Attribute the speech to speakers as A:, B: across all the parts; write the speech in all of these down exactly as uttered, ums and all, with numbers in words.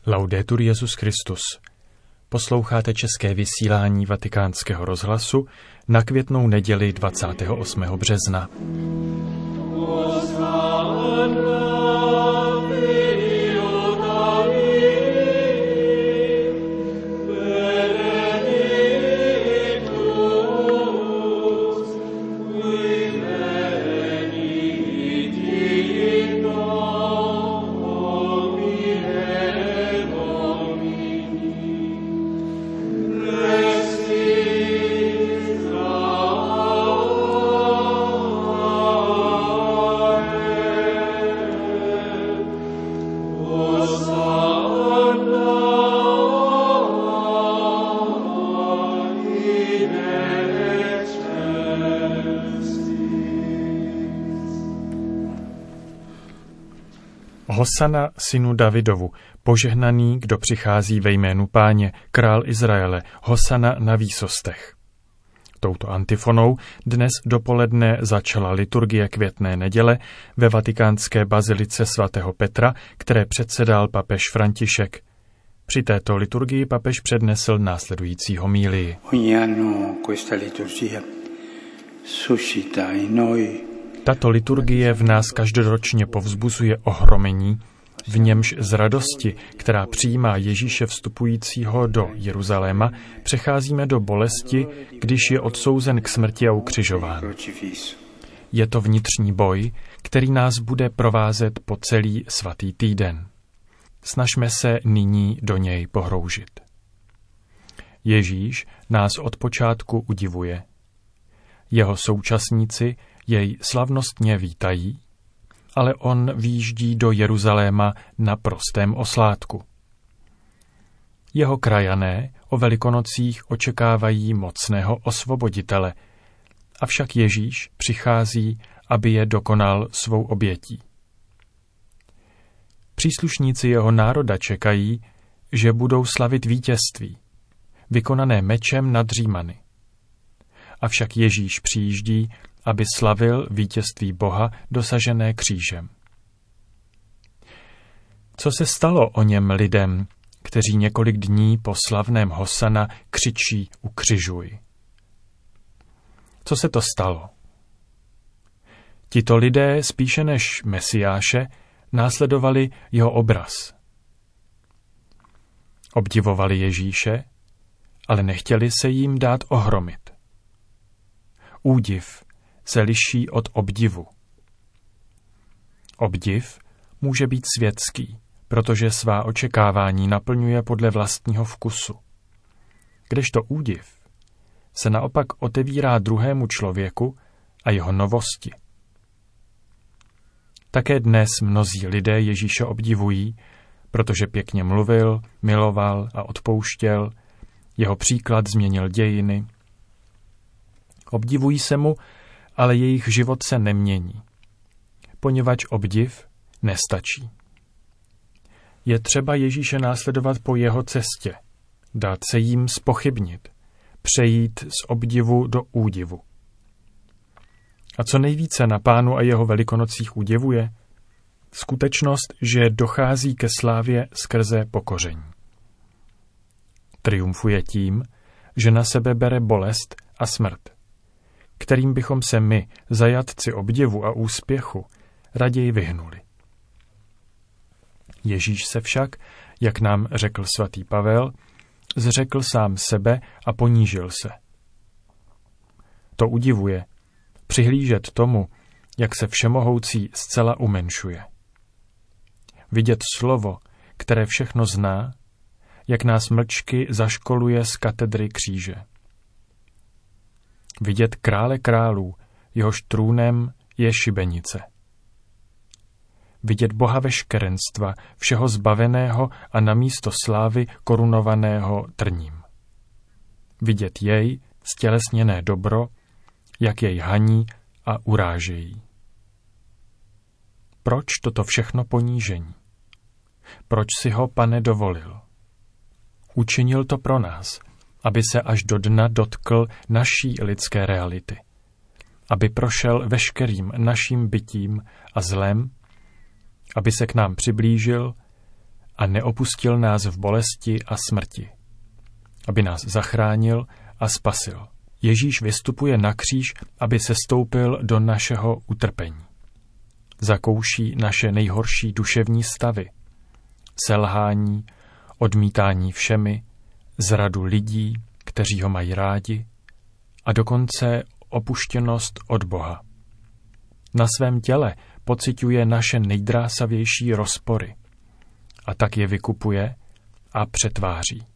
A: Laudetur Jesus Christus. Posloucháte české vysílání Vatikánského rozhlasu na květnou neděli dvacátého osmého března. Hosana synu Davidovu, požehnaný, kdo přichází ve jménu Páně, král Izraele, hosana na výsostech. Touto antifonou dnes dopoledne začala liturgie květné neděle ve vatikánské bazilice svatého Petra, které předsedal papež František. Při této liturgii papež přednesl následující homílii. Tato liturgie v nás každoročně povzbuzuje ohromení, v němž z radosti, která přijímá Ježíše vstupujícího do Jeruzaléma, přecházíme do bolesti, když je odsouzen k smrti a ukřižován. Je to vnitřní boj, který nás bude provázet po celý svatý týden. Snažme se nyní do něj pohroužit. Ježíš nás od počátku udivuje. Jeho současníci jej slavnostně vítají, ale on výjíždí do Jeruzaléma na prostém oslátku. Jeho krajané o Velikonocích očekávají mocného osvoboditele, avšak Ježíš přichází, aby je dokonal svou obětí. Příslušníci jeho národa čekají, že budou slavit vítězství, vykonané mečem nad Římany. Avšak Ježíš přijíždí, aby slavil vítězství Boha dosažené křížem. Co se stalo o něm lidem, kteří několik dní po slavném hosana křičí ukřižuj? Co se to stalo? Tito lidé spíše než Mesiáše následovali jeho obraz. Obdivovali Ježíše, ale nechtěli se jim dát ohromit. Údiv se liší od obdivu. Obdiv může být světský, protože svá očekávání naplňuje podle vlastního vkusu. Kdežto údiv se naopak otevírá druhému člověku a jeho novosti. Také dnes mnozí lidé Ježíše obdivují, protože pěkně mluvil, miloval a odpouštěl, jeho příklad změnil dějiny. Obdivují se mu, ale jejich život se nemění, poněvadž obdiv nestačí. Je třeba Ježíše následovat po jeho cestě, dát se jim zpochybnit, přejít z obdivu do údivu. A co nejvíce na Pánu a jeho Velikonocích udivuje? Skutečnost, že dochází ke slávě skrze pokoření. Triumfuje tím, že na sebe bere bolest a smrt, kterým bychom se my, zajatci obdivu a úspěchu, raději vyhnuli. Ježíš se však, jak nám řekl svatý Pavel, zřekl sám sebe a ponížil se. To udivuje, přihlížet tomu, jak se všemohoucí zcela umenšuje. Vidět slovo, které všechno zná, jak nás mlčky zaškoluje z katedry kříže. Vidět krále králů, jehož trůnem je šibenice. Vidět Boha veškerenstva, všeho zbaveného a namísto slávy korunovaného trním. Vidět jej, stělesněné dobro, jak jej haní a urážejí. Proč toto všechno ponížení? Proč si ho, Pane, dovolil? Učinil to pro nás, aby se až do dna dotkl naší lidské reality. Aby prošel veškerým naším bytím a zlem, aby se k nám přiblížil a neopustil nás v bolesti a smrti, aby nás zachránil a spasil. Ježíš vystupuje na kříž, aby sestoupil do našeho utrpení. Zakouší naše nejhorší duševní stavy, selhání, odmítání všemi, zradu lidí, kteří ho mají rádi, a dokonce opuštěnost od Boha. Na svém těle pociťuje naše nejdrásavější rozpory a tak je vykupuje a přetváří.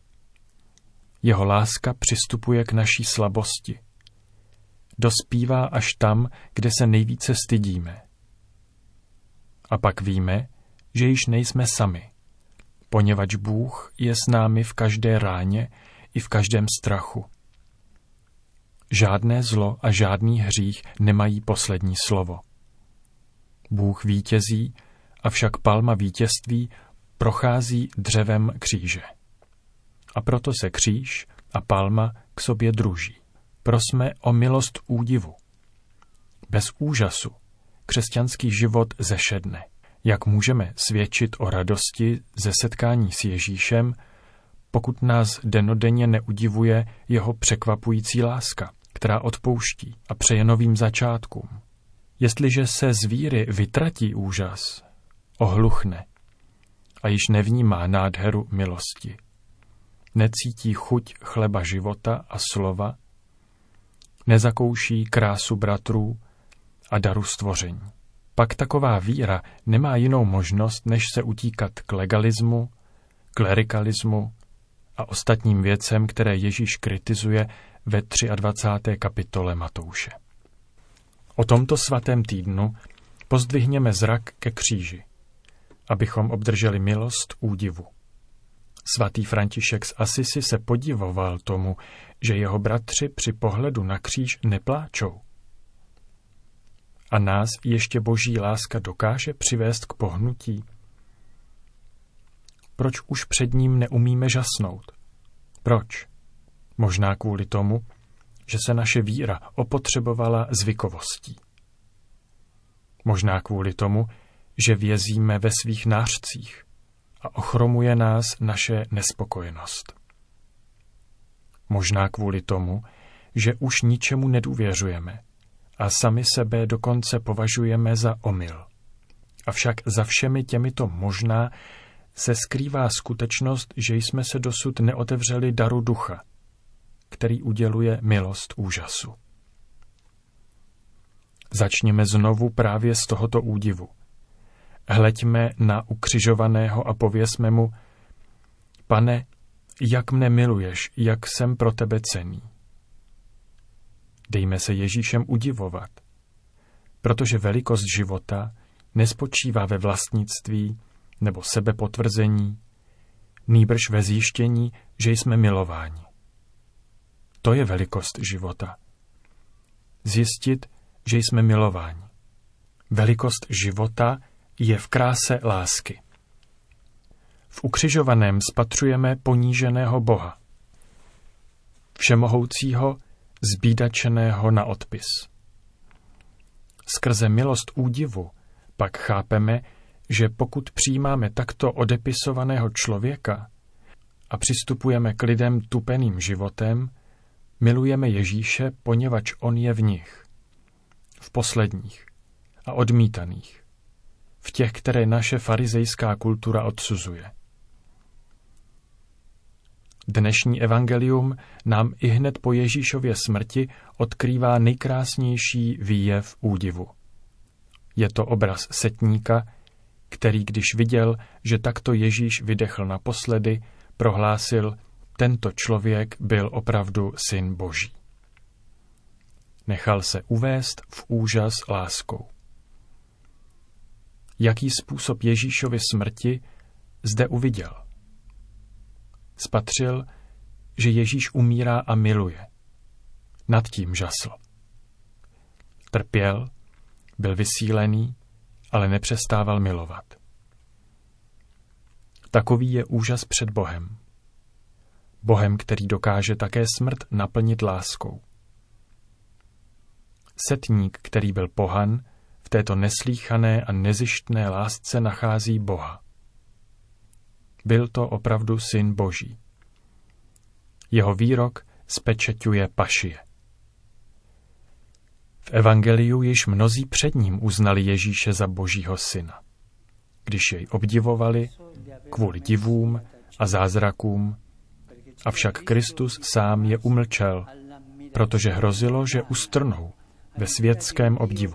A: Jeho láska přistupuje k naší slabosti. Dospívá až tam, kde se nejvíce stydíme. A pak víme, že již nejsme sami, poněvadž Bůh je s námi v každé ráně i v každém strachu. Žádné zlo a žádný hřích nemají poslední slovo. Bůh vítězí, avšak palma vítězství prochází dřevem kříže. A proto se kříž a palma k sobě druží. Prosme o milost údivu. Bez úžasu křesťanský život zešedne. Jak můžeme svědčit o radosti ze setkání s Ježíšem, pokud nás dennodenně neudivuje jeho překvapující láska, která odpouští a přeje novým začátkům? Jestliže se z víry vytratí úžas, ohluchne a již nevnímá nádheru milosti, necítí chuť chleba života a slova, nezakouší krásu bratrů a daru stvoření. Pak taková víra nemá jinou možnost, než se utíkat k legalismu, klerikalismu a ostatním věcem, které Ježíš kritizuje ve dvacáté třetí kapitole Matouše. O tomto svatém týdnu pozdvihněme zrak ke kříži, abychom obdrželi milost údivu. Svatý František z Asisi se podivoval tomu, že jeho bratři při pohledu na kříž nepláčou. A nás ještě boží láska dokáže přivést k pohnutí? Proč už před ním neumíme žasnout? Proč? Možná kvůli tomu, že se naše víra opotřebovala zvykovostí. Možná kvůli tomu, že vězíme ve svých nářcích a ochromuje nás naše nespokojenost. Možná kvůli tomu, že už ničemu nedůvěřujeme a sami sebe dokonce považujeme za omyl. Avšak za všemi těmito možná se skrývá skutečnost, že jsme se dosud neotevřeli daru ducha, který uděluje milost úžasu. Začněme znovu právě z tohoto údivu. Hleďme na ukřižovaného a pověsme mu: Pane, jak mne miluješ, jak jsem pro tebe cenný. Dejme se Ježíšem udivovat, protože velikost života nespočívá ve vlastnictví nebo sebepotvrzení, nýbrž ve zjištění, že jsme milováni. To je velikost života. Zjistit, že jsme milováni. Velikost života je v kráse lásky. V ukřižovaném spatřujeme poníženého Boha, všemohoucího, zbídačeného na odpis. Skrze milost údivu pak chápeme, že pokud přijímáme takto odepisovaného člověka a přistupujeme k lidem tupeným životem, milujeme Ježíše, poněvadž on je v nich, v posledních a odmítaných, v těch, které naše farizejská kultura odsuzuje. Dnešní evangelium nám ihned po Ježíšově smrti odkrývá nejkrásnější výjev údivu. Je to obraz setníka, který, když viděl, že takto Ježíš vydechl naposledy, prohlásil: tento člověk byl opravdu syn Boží. Nechal se uvést v úžas láskou. Jaký způsob Ježíšovy smrti zde uviděl? Spatřil, že Ježíš umírá a miluje. Nad tím žasl. Trpěl, byl vysílený, ale nepřestával milovat. Takový je úžas před Bohem. Bohem, který dokáže také smrt naplnit láskou. Setník, který byl pohan, v této neslýchané a nezištné lásce nachází Boha. byl to opravdu Syn Boží. Jeho výrok zpečeťuje pašie. V evangeliu již mnozí před ním uznali Ježíše za Božího syna, když jej obdivovali kvůli divům a zázrakům, avšak Kristus sám je umlčel, protože hrozilo, že ustrnou ve světském obdivu.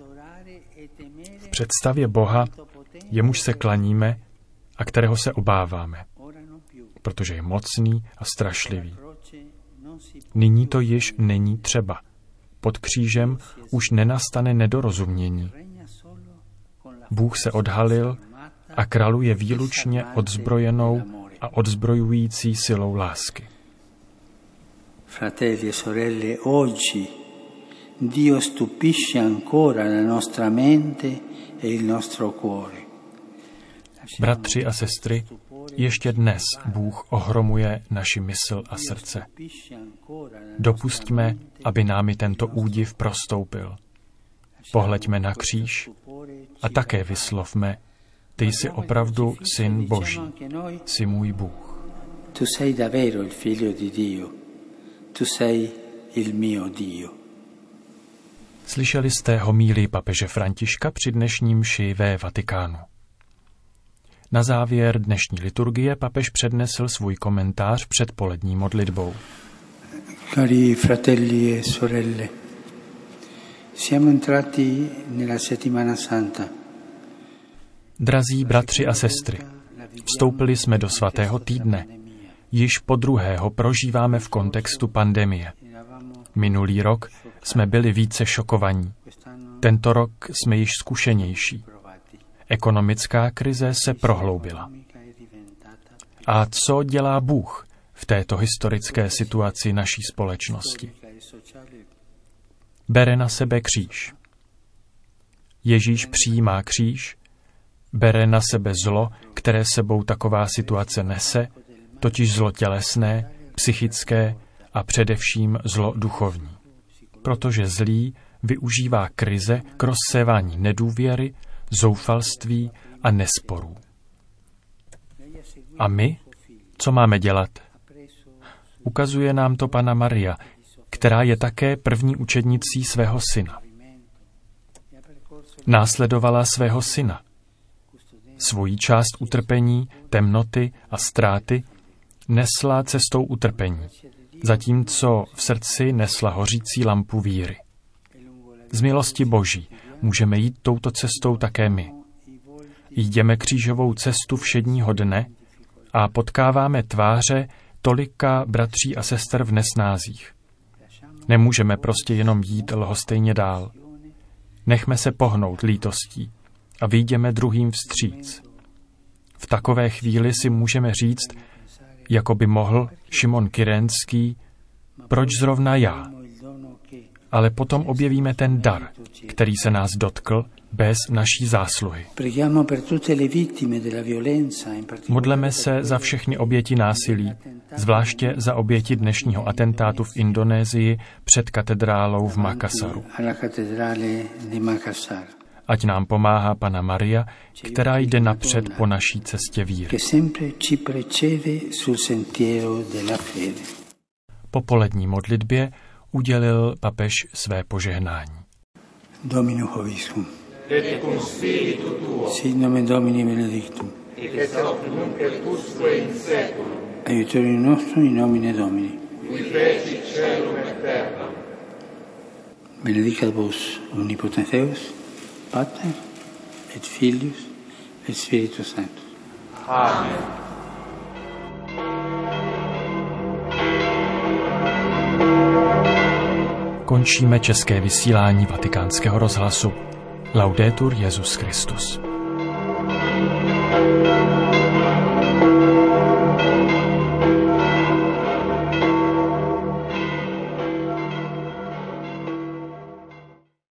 A: V představě Boha, jemuž se klaníme a kterého se obáváme, protože je mocný a strašlivý. Nyní to již není třeba. Pod křížem už nenastane nedorozumění. Bůh se odhalil a králuje výlučně odzbrojenou a odzbrojující silou lásky.
B: Fratelli e sorelle, oggi Dio stupisce ancora la nostra mente e il nostro cuore.
A: Bratři a sestry, ještě dnes Bůh ohromuje naši mysl a srdce. Dopustíme, aby námi tento údiv prostoupil. Pohleďme na kříž a také vyslovme: Ty jsi opravdu Syn Boží, jsi můj Bůh.
B: Tu sei davvero il figlio di Dio. Tu sei il mio Dio.
A: Slyšeli jste homílii papeže Františka při dnešním mši ve Vatikánu. Na závěr dnešní liturgie papež přednesl svůj komentář před polední modlitbou.
B: Cari fratelli e sorelle, siamo entrati nella settimana santa.
A: Drazí bratři a sestry, vstoupili jsme do svatého týdne. Již po druhé ho prožíváme v kontextu pandemie. Minulý rok jsme byli více šokovaní. Tento rok jsme již zkušenější. Ekonomická krize se prohloubila. A co dělá Bůh v této historické situaci naší společnosti? Bere na sebe kříž. Ježíš přijímá kříž, bere na sebe zlo, které sebou taková situace nese, totiž zlo tělesné, psychické a především zlo duchovní. Protože zlý využívá krize k rozsévání nedůvěry, zoufalství a nesporů. A my? Co máme dělat? Ukazuje nám to Panna Maria, která je také první učednicí svého syna. Následovala svého syna. Svoji část utrpení, temnoty a ztráty nesla cestou utrpení, zatímco v srdci nesla hořící lampu víry. Z milosti Boží můžeme jít touto cestou také my. Jdeme křížovou cestu všedního dne a potkáváme tváře tolika bratří a sester v nesnázích. Nemůžeme prostě jenom jít lhostejně dál. Nechme se pohnout lítostí a vyjdeme druhým vstříc. V takové chvíli si můžeme říct, jako by mohl Šimon Kyrenský, proč zrovna já? Ale potom objevíme ten dar, který se nás dotkl bez naší zásluhy. Modleme se za všechny oběti násilí, zvláště za oběti dnešního atentátu v Indonésii před katedrálou v Makassaru. Ať nám pomáhá Panna Maria, která jde napřed po naší cestě víry. Po polední modlitbě udělil papež své požehnání.
B: Domino hoviscum. Et cum spiritu tuo. Sit nomen Domini benedictum. Et hoc nunc et usque in seculum. Aiutorium nostrum in nomine Domini. Qui fecit caelum et terram. Benedicat vos omnipotens Deus, Pater et Filius et Spiritus Sanctus. Amen.
A: Končíme české vysílání Vatikánského rozhlasu. Laudetur Jesus Christus.